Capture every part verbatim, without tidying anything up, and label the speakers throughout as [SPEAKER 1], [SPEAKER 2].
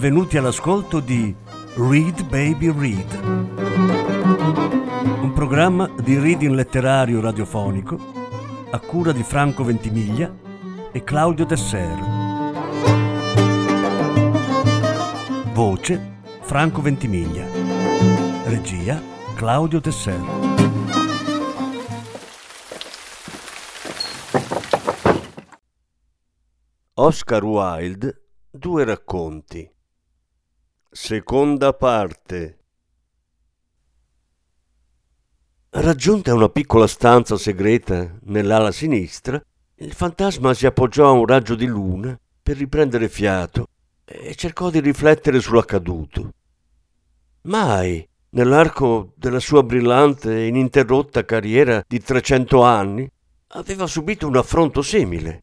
[SPEAKER 1] benvenuti all'ascolto di Read Baby Read, un programma di reading letterario radiofonico a cura di Franco Ventimiglia e Claudio Desser. Voce Franco Ventimiglia. Regia Claudio Desser. Oscar Wilde, due racconti. Seconda parte. Raggiunta una piccola stanza segreta nell'ala sinistra, il fantasma si appoggiò a un raggio di luna per riprendere fiato e cercò di riflettere sull'accaduto. Mai, nell'arco della sua brillante e ininterrotta carriera di trecento anni, aveva subito un affronto simile.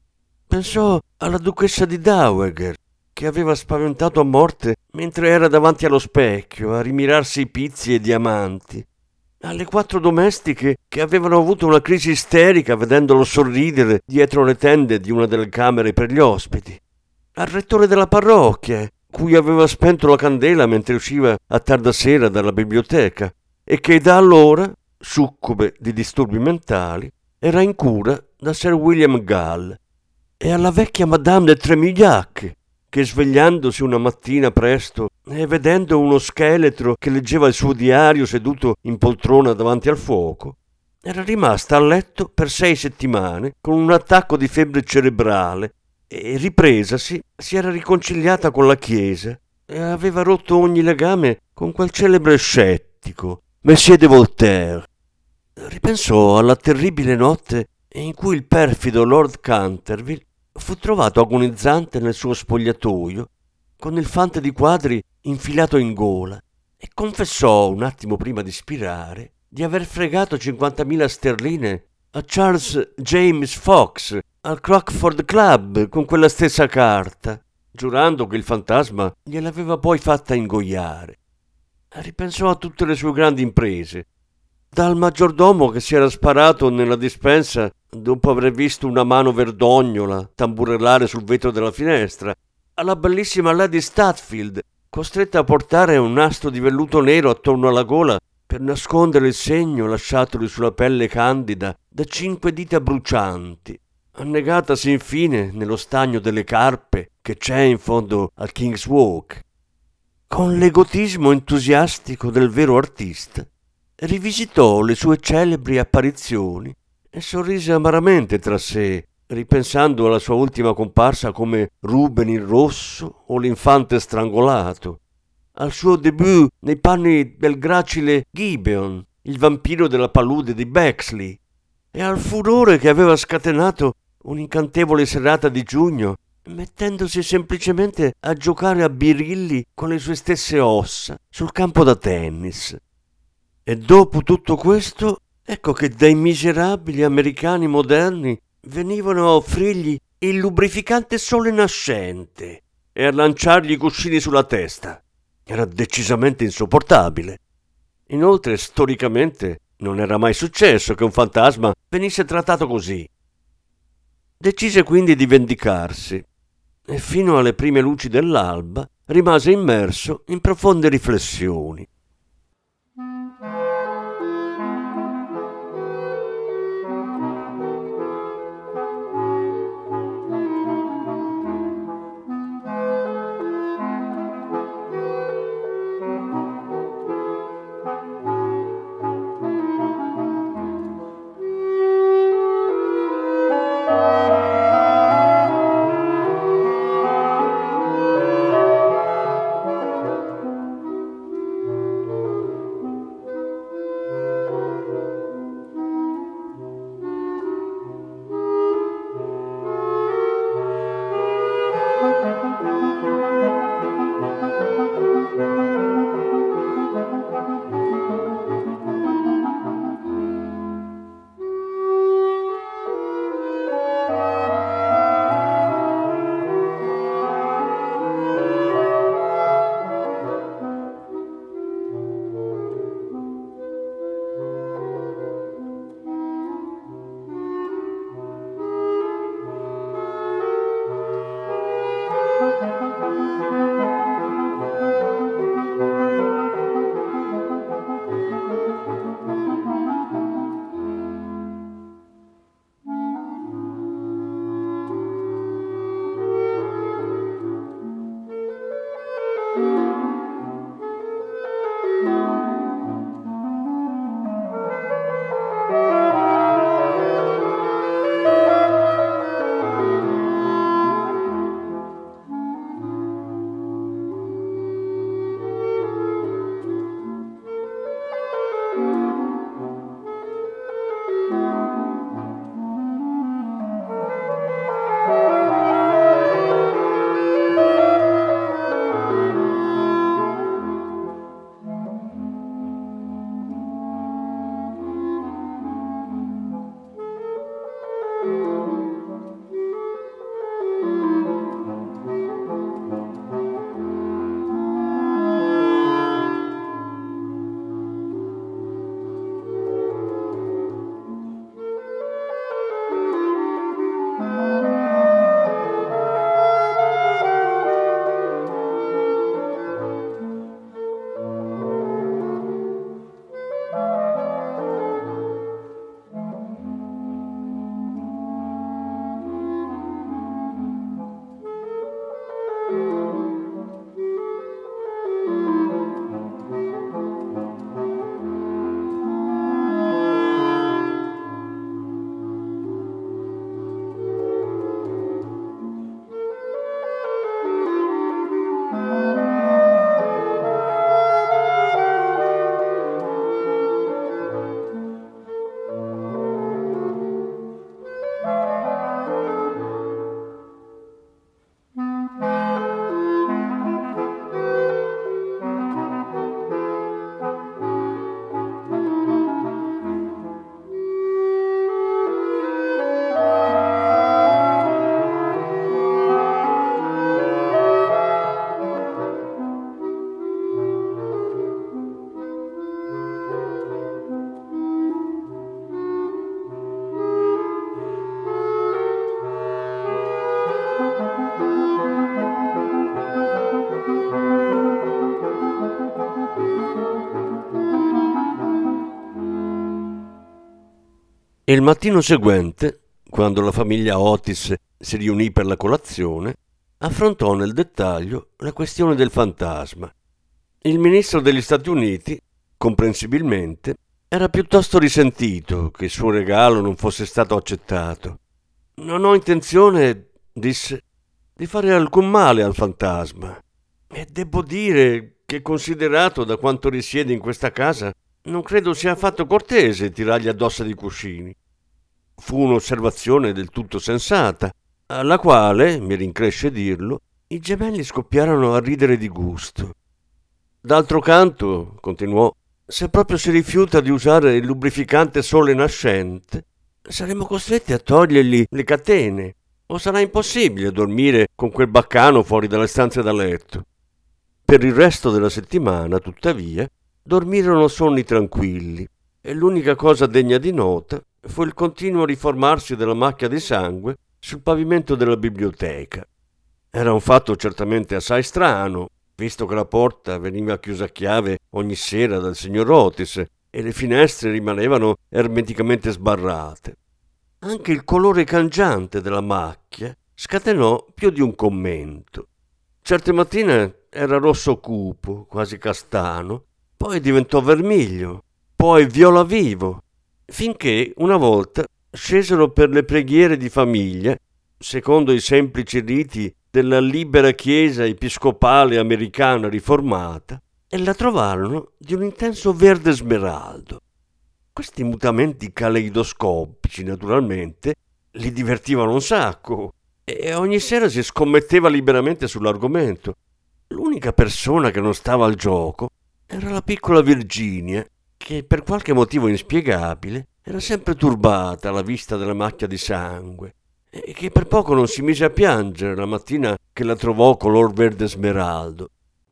[SPEAKER 1] Pensò alla duchessa di Dowager, che aveva spaventato a morte mentre era davanti allo specchio a rimirarsi i pizzi e i diamanti, alle quattro domestiche che avevano avuto una crisi isterica vedendolo sorridere dietro le tende di una delle camere per gli ospiti, al rettore della parrocchia, cui aveva spento la candela mentre usciva a tarda sera dalla biblioteca e che da allora, succube di disturbi mentali, era in cura da Sir William Gall, e alla vecchia Madame de Tremouillac, che svegliandosi una mattina presto e vedendo uno scheletro che leggeva il suo diario seduto in poltrona davanti al fuoco, era rimasta a letto per sei settimane con un attacco di febbre cerebrale e, ripresasi, si era riconciliata con la Chiesa e aveva rotto ogni legame con quel celebre scettico, Monsieur de Voltaire. Ripensò alla terribile notte in cui il perfido Lord Canterville fu trovato agonizzante nel suo spogliatoio, con il fante di quadri infilato in gola, e confessò, un attimo prima di spirare, di aver fregato cinquantamila sterline a Charles James Fox al Crockford Club con quella stessa carta, giurando che il fantasma gliel'aveva poi fatta ingoiare. Ripensò a tutte le sue grandi imprese, dal maggiordomo che si era sparato nella dispensa dopo aver visto una mano verdognola tamburellare sul vetro della finestra, alla bellissima Lady Statfield, costretta a portare un nastro di velluto nero attorno alla gola per nascondere il segno lasciatogli sulla pelle candida da cinque dita brucianti, annegatasi infine nello stagno delle carpe che c'è in fondo al King's Walk. Con l'egotismo entusiastico del vero artista, rivisitò le sue celebri apparizioni e sorrise amaramente tra sé, ripensando alla sua ultima comparsa come Ruben il Rosso o l'Infante Strangolato, al suo debut nei panni del gracile Gibeon, il vampiro della palude di Bexley, e al furore che aveva scatenato un'incantevole serata di giugno, mettendosi semplicemente a giocare a birilli con le sue stesse ossa sul campo da tennis. E dopo tutto questo, ecco che dai miserabili americani moderni venivano a offrirgli il lubrificante sole nascente e a lanciargli i cuscini sulla testa. Era decisamente insopportabile. Inoltre, storicamente, non era mai successo che un fantasma venisse trattato così. Decise quindi di vendicarsi e fino alle prime luci dell'alba rimase immerso in profonde riflessioni. il mattino seguente, quando la famiglia Otis si riunì per la colazione, affrontò nel dettaglio la questione del fantasma. Il ministro degli Stati Uniti, comprensibilmente, era piuttosto risentito che il suo regalo non fosse stato accettato. «Non ho intenzione», disse, «di fare alcun male al fantasma. E devo dire che, considerato da quanto risiede in questa casa, non credo sia affatto cortese tirargli addosso dei cuscini». Fu un'osservazione del tutto sensata, alla quale, mi rincresce dirlo, i gemelli scoppiarono a ridere di gusto. «D'altro canto», continuò, «se proprio si rifiuta di usare il lubrificante sole nascente, saremo costretti a togliergli le catene, o sarà impossibile dormire con quel baccano fuori dalle stanze da letto». Per il resto della settimana, tuttavia, dormirono sonni tranquilli, e l'unica cosa degna di nota fu il continuo riformarsi della macchia di sangue sul pavimento della biblioteca. Era un fatto certamente assai strano, visto che la porta veniva chiusa a chiave ogni sera dal signor Otis e le finestre rimanevano ermeticamente sbarrate. Anche il colore cangiante della macchia scatenò più di un commento. Certe mattine era rosso cupo, quasi castano, poi diventò vermiglio, poi viola vivo, finché una volta scesero per le preghiere di famiglia, secondo i semplici riti della libera chiesa episcopale americana riformata, e la trovarono di un intenso verde smeraldo. Questi mutamenti caleidoscopici, naturalmente, li divertivano un sacco, e ogni sera si scommetteva liberamente sull'argomento. L'unica persona che non stava al gioco era la piccola Virginia, che per qualche motivo inspiegabile era sempre turbata alla vista della macchia di sangue, e che per poco non si mise a piangere la mattina che la trovò color verde smeraldo.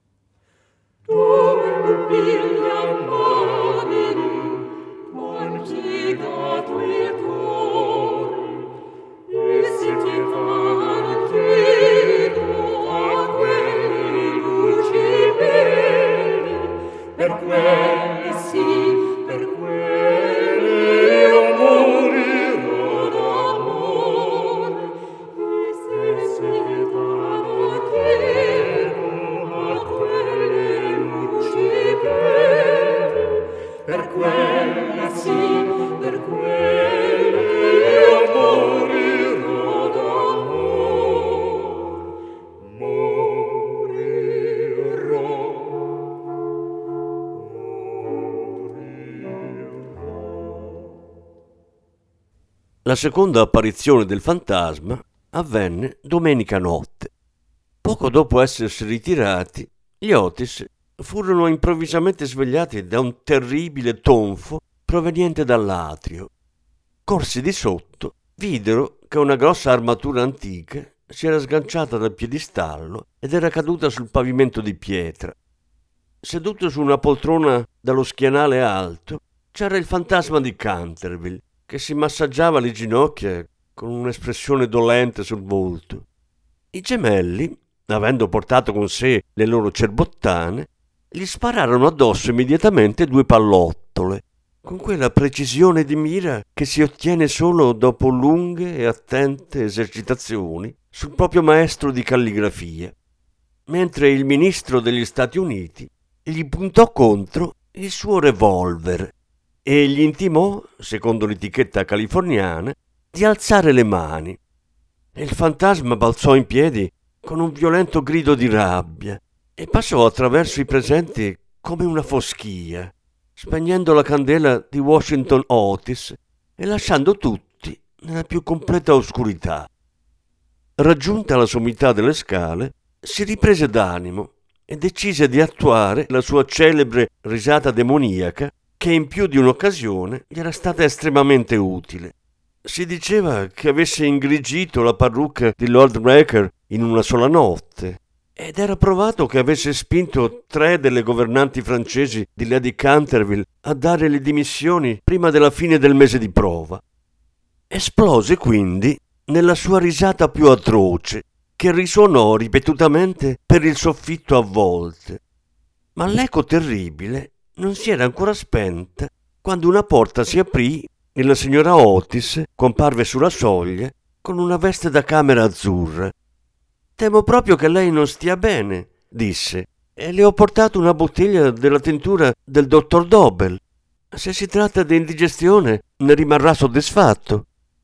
[SPEAKER 2] Per quelle sì, per quelle io morirò d'amore, e se soltanto chiedo a quelle luci belle, per quelle sì, per quelle io morirò d'amore, morirò.
[SPEAKER 1] La seconda apparizione del fantasma avvenne domenica notte. Poco dopo essersi ritirati, gli Otis furono improvvisamente svegliati da un terribile tonfo proveniente dall'atrio. Corsi di sotto, videro che una grossa armatura antica si era sganciata dal piedistallo ed era caduta sul pavimento di pietra. Seduto su una poltrona dallo schienale alto, c'era il fantasma di Canterville, che si massaggiava le ginocchia con un'espressione dolente sul volto. I gemelli, avendo portato con sé le loro cerbottane, gli spararono addosso immediatamente due pallottole, con quella precisione di mira che si ottiene solo dopo lunghe e attente esercitazioni sul proprio maestro di calligrafia, mentre il ministro degli Stati Uniti gli puntò contro il suo revolver e gli intimò, secondo l'etichetta californiana, di alzare le mani. Il fantasma balzò in piedi con un violento grido di rabbia e passò attraverso i presenti come una foschia, spegnendo la candela di Washington Otis e lasciando tutti nella più completa oscurità. Raggiunta la sommità delle scale, si riprese d'animo e decise di attuare la sua celebre risata demoniaca, che in più di un'occasione gli era stata estremamente utile. Si diceva che avesse ingrigito la parrucca di Lord Raker in una sola notte, ed era provato che avesse spinto tre delle governanti francesi di Lady Canterville a dare le dimissioni prima della fine del mese di prova. Esplose quindi nella sua risata più atroce, che risuonò ripetutamente per il soffitto a volte. Ma l'eco terribile non si era ancora spenta quando una porta si aprì e la signora Otis comparve sulla soglia con una veste da camera azzurra. «Temo proprio che lei non stia bene», disse, «e le ho portato una bottiglia della tintura del dottor Dobell. Se si tratta di indigestione, ne rimarrà soddisfatto».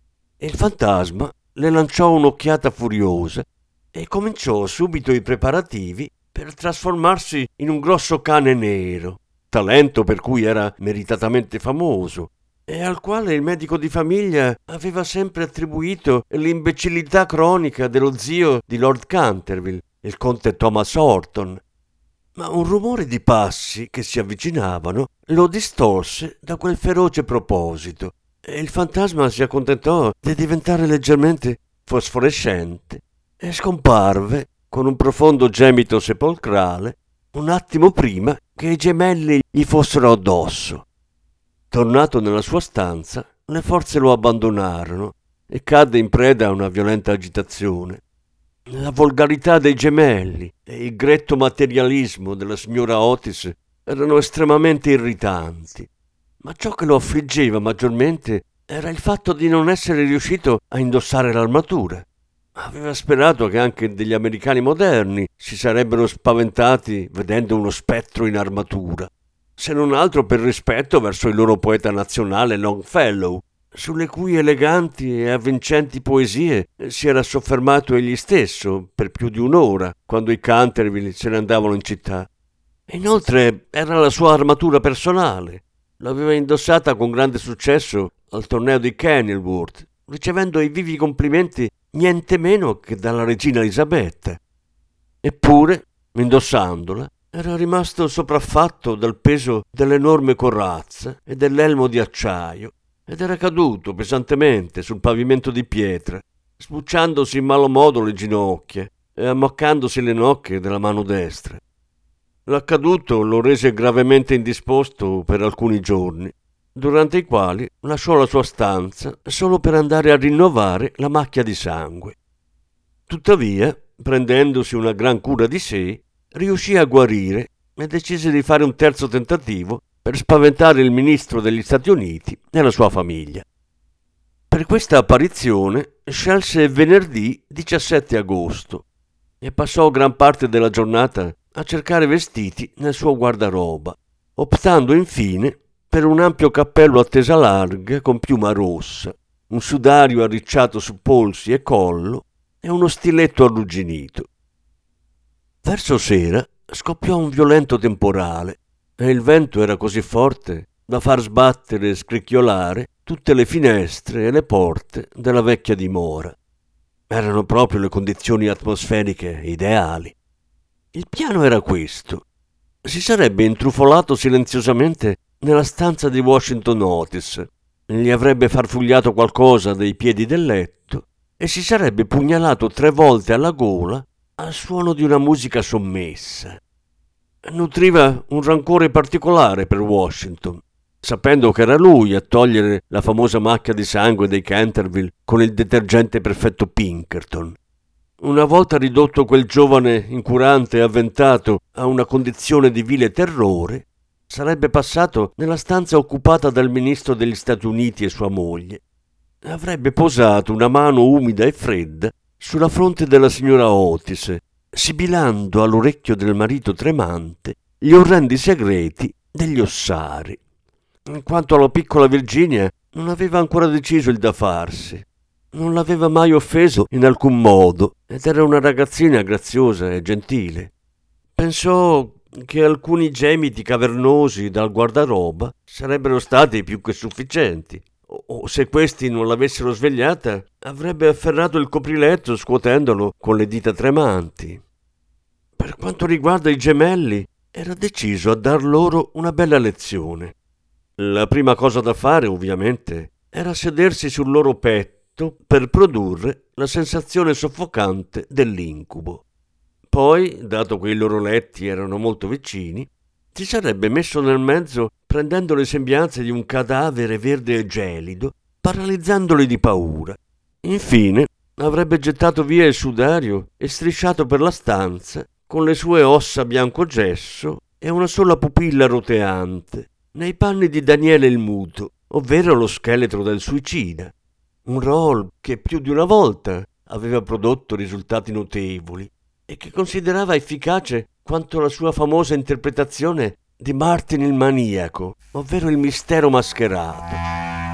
[SPEAKER 1] E il fantasma le lanciò un'occhiata furiosa e cominciò subito i preparativi per trasformarsi in un grosso cane nero, talento per cui era meritatamente famoso e al quale il medico di famiglia aveva sempre attribuito l'imbecillità cronica dello zio di Lord Canterville, il conte Thomas Horton. Ma un rumore di passi che si avvicinavano lo distolse da quel feroce proposito e il fantasma si accontentò di diventare leggermente fosforescente e scomparve con un profondo gemito sepolcrale un attimo prima che i gemelli gli fossero addosso. Tornato nella sua stanza, le forze lo abbandonarono e cadde in preda a una violenta agitazione. La volgarità dei gemelli e il gretto materialismo della signora Otis erano estremamente irritanti, ma ciò che lo affliggeva maggiormente era il fatto di non essere riuscito a indossare l'armatura. Aveva sperato che anche degli americani moderni si sarebbero spaventati vedendo uno spettro in armatura, se non altro per rispetto verso il loro poeta nazionale Longfellow, sulle cui eleganti e avvincenti poesie si era soffermato egli stesso per più di un'ora quando i Canterville se ne andavano in città. Inoltre era la sua armatura personale. L'aveva indossata con grande successo al torneo di Kenilworth, ricevendo i vivi complimenti niente meno che dalla regina Elisabetta. Eppure, indossandola, era rimasto sopraffatto dal peso dell'enorme corazza e dell'elmo di acciaio ed era caduto pesantemente sul pavimento di pietra, sbucciandosi in malo modo le ginocchia e ammoccandosi le nocche della mano destra. L'accaduto lo rese gravemente indisposto per alcuni giorni, durante i quali lasciò la sua stanza solo per andare a rinnovare la macchia di sangue. Tuttavia, prendendosi una gran cura di sé, riuscì a guarire e decise di fare un terzo tentativo per spaventare il ministro degli Stati Uniti e la sua famiglia. Per questa apparizione scelse venerdì diciassette agosto e passò gran parte della giornata a cercare vestiti nel suo guardaroba, optando infine per un ampio cappello a tesa larga con piuma rossa, un sudario arricciato su polsi e collo e uno stiletto arrugginito. Verso sera scoppiò un violento temporale e il vento era così forte da far sbattere e scricchiolare tutte le finestre e le porte della vecchia dimora. Erano proprio le condizioni atmosferiche ideali. Il piano era questo. Si sarebbe intrufolato silenziosamente nella stanza di Washington Otis, gli avrebbe farfugliato qualcosa dai piedi del letto e si sarebbe pugnalato tre volte alla gola al suono di una musica sommessa. Nutriva un rancore particolare per Washington, sapendo che era lui a togliere la famosa macchia di sangue dei Canterville con il detergente perfetto Pinkerton. Una volta ridotto quel giovane incurante e avventato a una condizione di vile terrore, sarebbe passato nella stanza occupata dal ministro degli Stati Uniti e sua moglie. Avrebbe posato una mano umida e fredda sulla fronte della signora Otis, sibilando all'orecchio del marito tremante gli orrendi segreti degli ossari. Quanto alla piccola Virginia, non aveva ancora deciso il da farsi. Non l'aveva mai offeso in alcun modo ed era una ragazzina graziosa e gentile. Pensò che alcuni gemiti cavernosi dal guardaroba sarebbero stati più che sufficienti, o se questi non l'avessero svegliata avrebbe afferrato il copriletto scuotendolo con le dita tremanti. Per quanto riguarda i gemelli, era deciso a dar loro una bella lezione. La prima cosa da fare, ovviamente, era sedersi sul loro petto per produrre la sensazione soffocante dell'incubo. Poi, dato che i loro letti erano molto vicini, si sarebbe messo nel mezzo prendendo le sembianze di un cadavere verde e gelido, paralizzandoli di paura. Infine, avrebbe gettato via il sudario e strisciato per la stanza con le sue ossa bianco gesso e una sola pupilla roteante, nei panni di Daniele il Muto, ovvero lo scheletro del suicida, un role che più di una volta aveva prodotto risultati notevoli e che considerava efficace quanto la sua famosa interpretazione di Martin il maniaco, ovvero il mistero mascherato.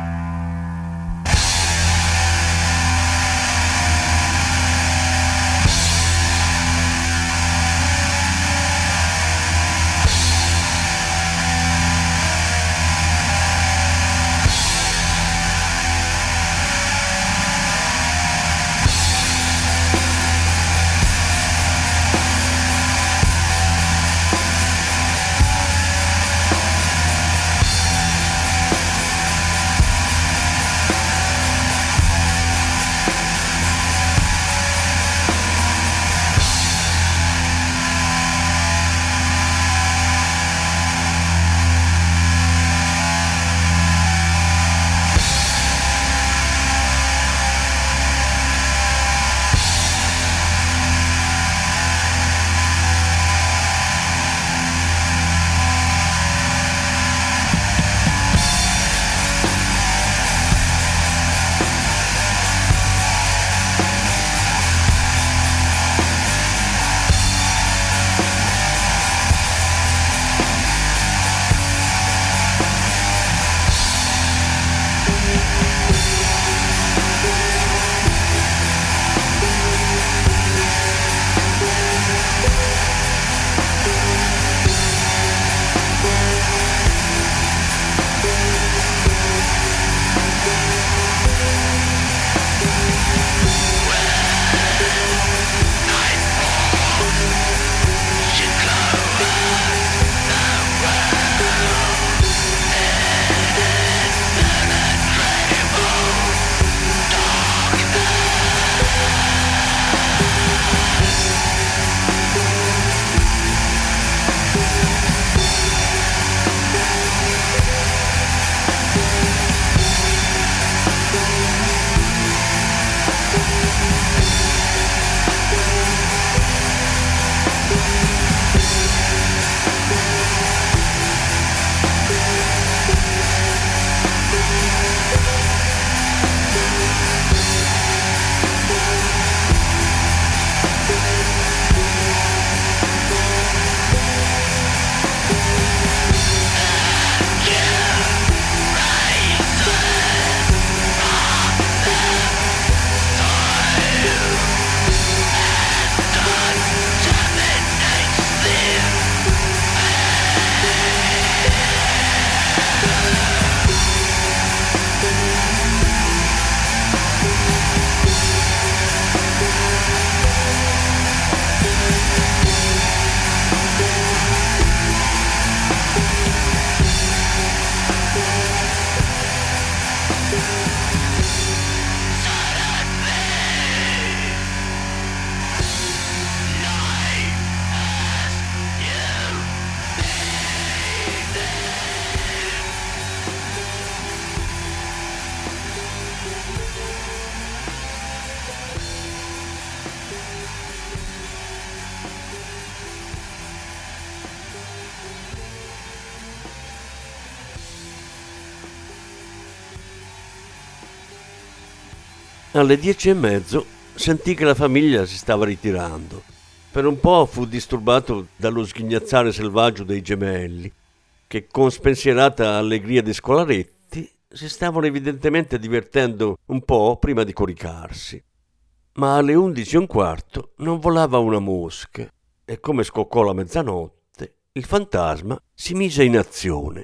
[SPEAKER 1] Alle dieci e mezzo sentì che la famiglia si stava ritirando. Per un po' fu disturbato dallo sghignazzare selvaggio dei gemelli, che con spensierata allegria di scolaretti si stavano evidentemente divertendo un po' prima di coricarsi. Ma alle undici e un quarto non volava una mosca e, come scoccò la mezzanotte, il fantasma si mise in azione.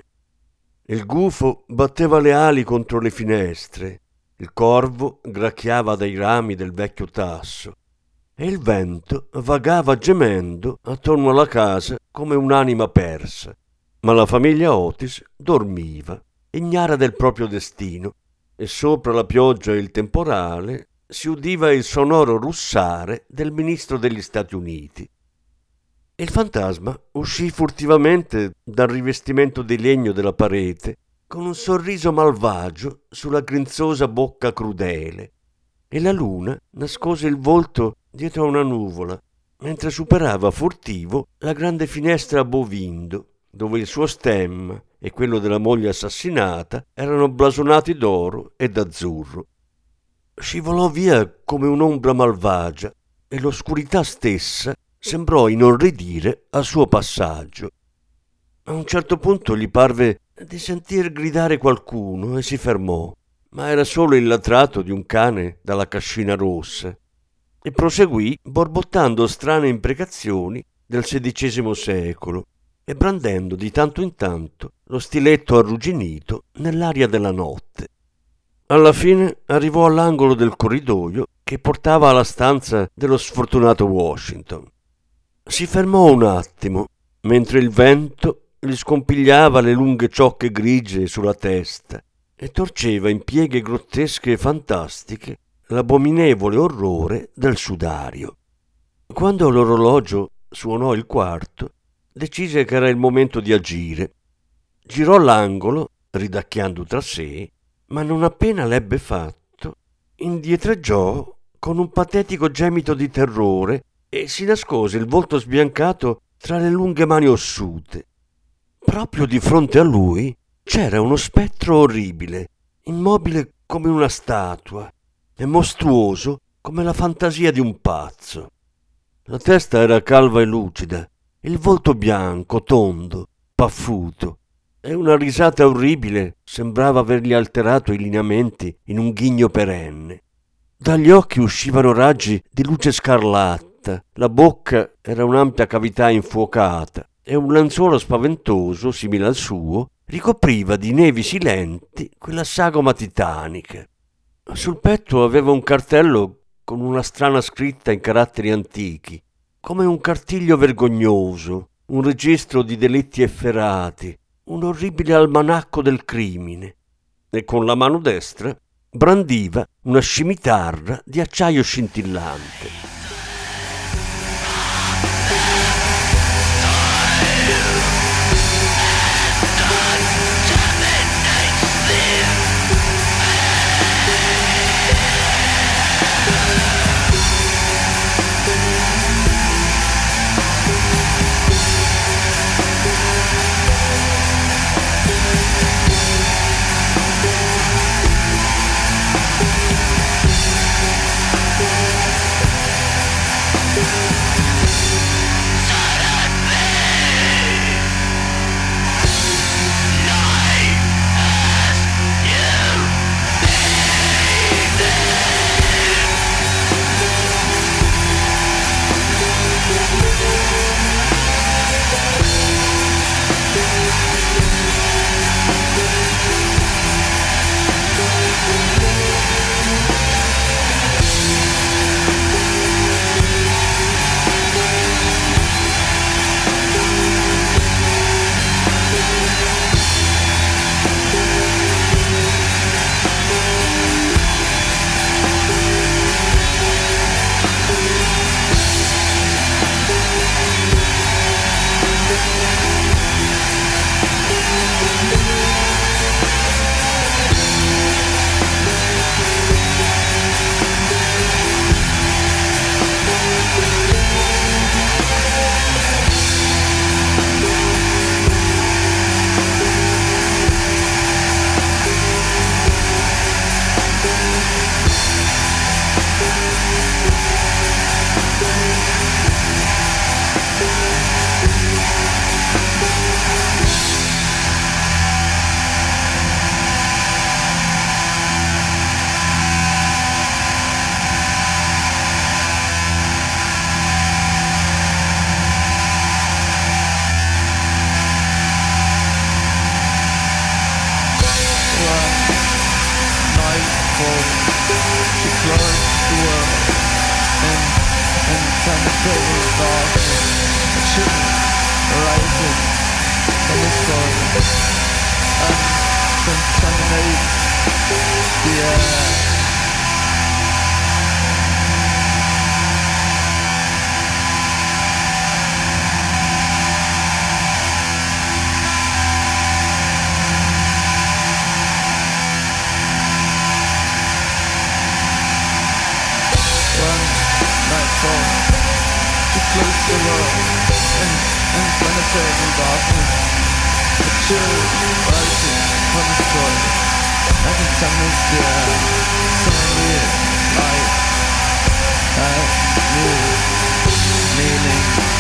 [SPEAKER 1] Il gufo batteva le ali contro le finestre, il corvo gracchiava dai rami del vecchio tasso e il vento vagava gemendo attorno alla casa come un'anima persa. Ma la famiglia Otis dormiva, ignara del proprio destino, e sopra la pioggia e il temporale si udiva il sonoro russare del ministro degli Stati Uniti. Il fantasma uscì furtivamente dal rivestimento di legno della parete con un sorriso malvagio sulla grinzosa bocca crudele, e la luna nascose il volto dietro a una nuvola mentre superava furtivo la grande finestra a bovindo dove il suo stemma e quello della moglie assassinata erano blasonati d'oro e d'azzurro. Scivolò via come un'ombra malvagia e l'oscurità stessa sembrò inorridire al suo passaggio. A un certo punto gli parve di sentir gridare qualcuno e si fermò, ma era solo il latrato di un cane dalla cascina rossa, e proseguì borbottando strane imprecazioni del sedicesimo secolo e brandendo di tanto in tanto lo stiletto arrugginito nell'aria della notte. Alla fine arrivò all'angolo del corridoio che portava alla stanza dello sfortunato Washington. Si fermò un attimo, mentre il vento gli scompigliava le lunghe ciocche grigie sulla testa e torceva in pieghe grottesche e fantastiche l'abominevole orrore del sudario. Quando l'orologio suonò il quarto, decise che era il momento di agire. Girò l'angolo, ridacchiando tra sé, ma non appena l'ebbe fatto, indietreggiò con un patetico gemito di terrore e si nascose il volto sbiancato tra le lunghe mani ossute. Proprio di fronte a lui c'era uno spettro orribile, immobile come una statua e mostruoso come la fantasia di un pazzo. La testa era calva e lucida, il volto bianco, tondo, paffuto, e una risata orribile sembrava avergli alterato i lineamenti in un ghigno perenne. Dagli occhi uscivano raggi di luce scarlatta, la bocca era un'ampia cavità infuocata e un lenzuolo spaventoso, simile al suo, ricopriva di nevi silenti quella sagoma titanica. Sul petto aveva un cartello con una strana scritta in caratteri antichi, come un cartiglio vergognoso, un registro di delitti efferati, un orribile almanacco del crimine, e con la mano destra brandiva una scimitarra di acciaio scintillante.
[SPEAKER 3] Close the world and, and planetary darkness. Schön writing von Story. I can summons the sorry life. I knew meaning.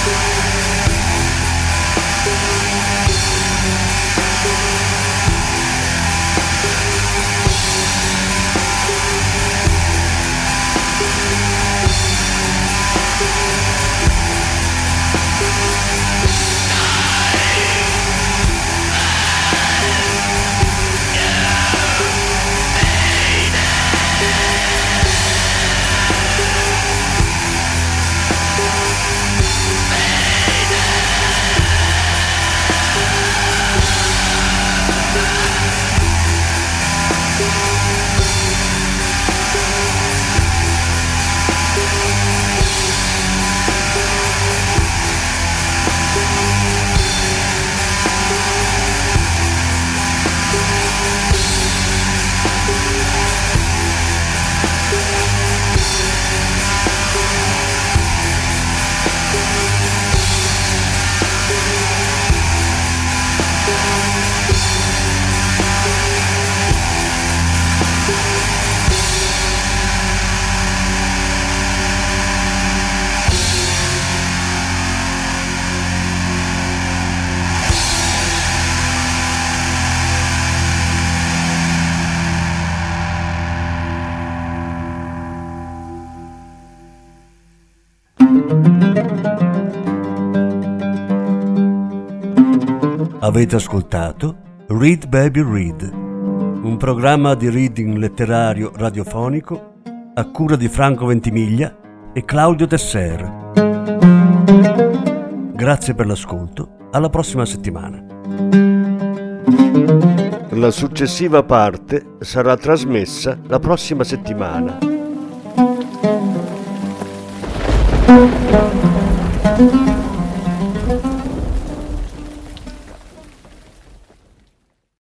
[SPEAKER 1] Avete ascoltato Read Baby Read, un programma di reading letterario radiofonico a cura di Franco Ventimiglia e Claudio Tesser. Grazie per l'ascolto, alla prossima settimana. La successiva parte sarà trasmessa la prossima settimana.